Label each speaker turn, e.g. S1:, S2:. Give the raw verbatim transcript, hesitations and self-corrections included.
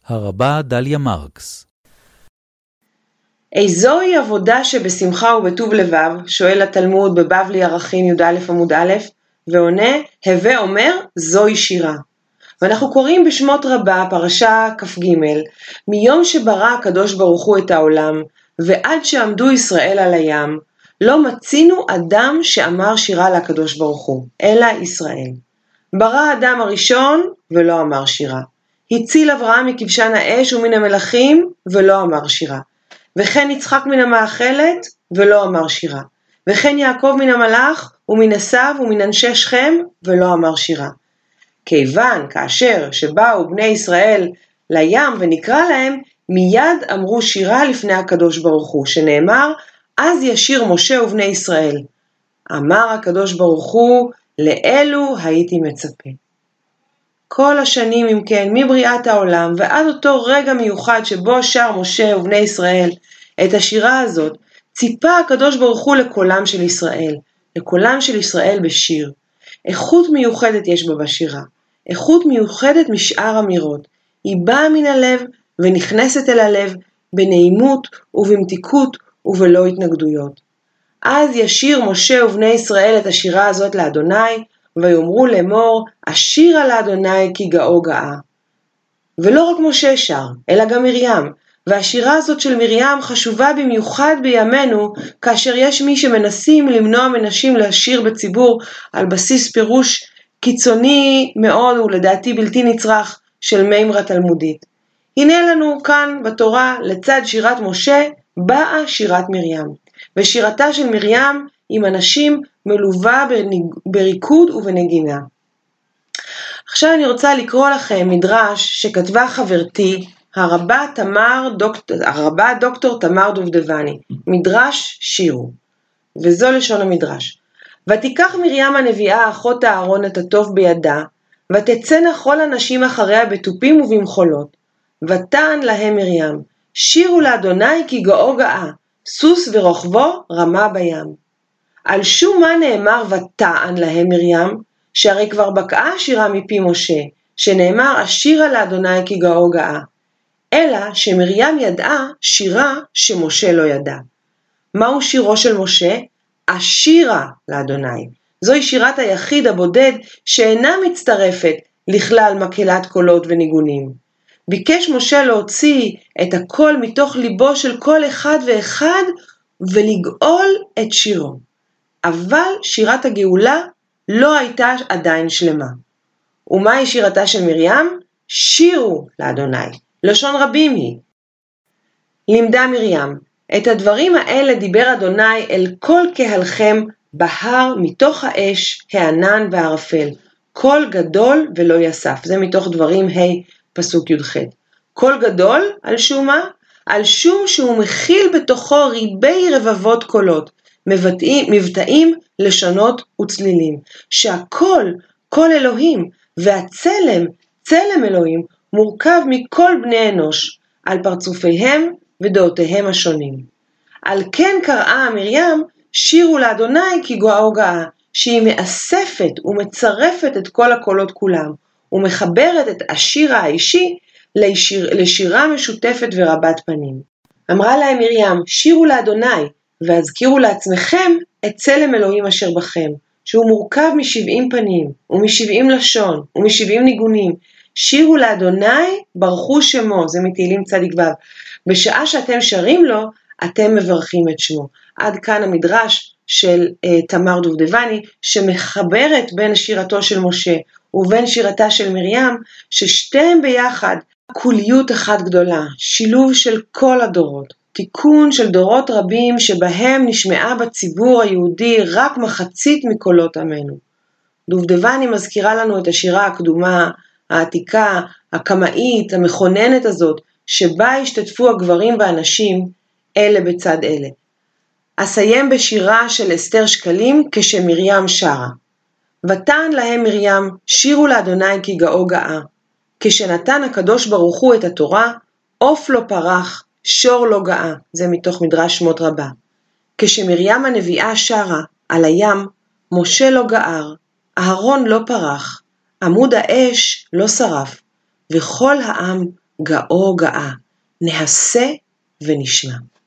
S1: הרבה דליה מרקס.
S2: איזוהי עבודה שבשמחה ובטוב לבב? שואל התלמוד בבבלי ערכין י"א עמוד א', ועונה, הווה אומר, זוהי שירה. ואנחנו קוראים בשמות רבה, פרשה כ"ג, מיום שברא הקדוש ברוך הוא את העולם, ועד שעמדו ישראל על הים, לא מצינו אדם שאמר שירה לקדוש ברוך הוא, אלא ישראל. ברא האדם הראשון ולא אמר שירה. הציל אברהם מכבשן האש ומן המלאכים ולא אמר שירה. וכן יצחק מן המאכלת ולא אמר שירה. וכן יעקב מן המלאך ומן עשיו ומן אנשי שכם ולא אמר שירה. כיוון כאשר שבאו בני ישראל לים ונקרא להם, מיד אמרו שירה לפני הקדוש ברוך הוא, שנאמר, אז ישיר משה ובני ישראל. אמר הקדוש ברוך הוא, לאלו הייתי מצפה. כל השנים אם כן, מבריאת העולם ועד אותו רגע מיוחד שבו שר משה ובני ישראל את השירה הזאת, ציפה הקדוש ברוך הוא לקולם של ישראל, לקולם של ישראל בשיר. איכות מיוחדת יש בה בשירה, איכות מיוחדת משאר אמירות. היא באה מן הלב ונכנסת אל הלב בנעימות ובמתיקות ובלא התנגדויות. אז ישיר משה ובני ישראל את השירה הזאת לאדוני, ויאמרו לאמור, אשירה לאדוני כי גאו גאה. ולא רק משה שר, אלא גם מרים, והשירה הזאת של מרים חשובה במיוחד בימינו, כאשר יש מי שמנסים למנוע מנשים לשיר בציבור על בסיס פירוש קיצוני מאוד ולדעתי בלתי נצרך של מימרה תלמודית. הנה לנו כאן בתורה לצד שירת משה באה שירת מרים, ושירתה של מרים עם אנשים מלווה בריקוד ובנגינה. עכשיו אני רוצה לקרוא לכם מדרש שכתבה חברתי הרבה תמר דוקטור, הרבה דוקטור תמר דובדבני, מדרש שירו, וזו לשון המדרש. ותיקח מרים הנביאה אחות הארון את הטוב בידה, ותצאנה כל הנשים אחריה בתופים ובמחולות. ותען להם מרים, שירו לאדוני כי גאו גאה, סוס ורוכבו רמה בים. על שום מה נאמר ותען להם מרים, שהרי כבר בקעה שירה מפי משה, שנאמר אשירה לאדוני כי גאו גאה. אלא שמרים ידעה שירה שמשה לא ידע. מהו שירו של משה? אשירה לאדוני. זוהי שירת היחיד הבודד שאינה מצטרפת לכלל מקהלת קולות וניגונים. ביקש משה להוציא את הכל מתוך ליבו של כל אחד ואחד ולגאול את שירו. אבל שירת הגאולה לא הייתה עדיין שלמה. ומהי שירתה של מרים? שירו לאדוני. לשון רבים היא. לימדה מרים, את הדברים האלה דיבר אדוני אל כל קהלכם בהר מתוך האש, הענן והערפל. קול גדול ולא יסף. זה מתוך דברים ה' פסוק י"ח. קול גדול על שום מה? על שום שהוא מכיל בתוכו ריבי רבבות קולות, מבטאים, מבטאים, לשונות וצלילים. שהקול, קול אלוהים, והצלם, צלם אלוהים, מורכב מכל בני אנוש, על פרצופיהם ודעותיהם השונים. על כן קראה מרים, שירו לאדוני כי גאו גאה, שהיא מאספת ומצרפת את כל הקולות כולם, ומחברת את השיר האישי לשיר, לשירה משותפת ורבת פנים. אמרה להם מרים, שירו לאדוני, והזכירו לעצמכם את צלם אלוהים אשר בכם, שהוא מורכב משבעים פנים, ומשבעים לשון, ומשבעים ניגונים. שירו לאדוני, ברכו שמו, זה מתהילים צדיק ו'. בשעה שאתם שרים לו, אתם מברכים את שמו. עד כאן המדרש של uh, תמר דובדבני, שמחברת בין שירתו של משה ובין שירתה של מרים, ששתיהם ביחד, כוליות אחת גדולה, שילוב של כל הדורות, תיקון של דורות רבים שבהם נשמעה בציבור היהודי רק מחצית מקולות עמנו. דובדבני מזכירה לנו את השירה הקדומה, העתיקה, הקמאית, המכוננת הזאת, שבה השתתפו הגברים והנשים אלה בצד אלה. אסיים בשירה של אסתר שקלים כשמרים שרה. ותען להם מרים, שירו לאדוני כי גאו גאה. כשנתן הקדוש ברוך הוא את התורה, עוף לא פרח, שור לא גאה. זה מתוך מדרש שמות רבה. כשמרים הנביאה שרה על הים, משה לא גער, אהרון לא פרח, עמוד האש לא שרף, וכל העם גאו גאה, נהסה ונשמע.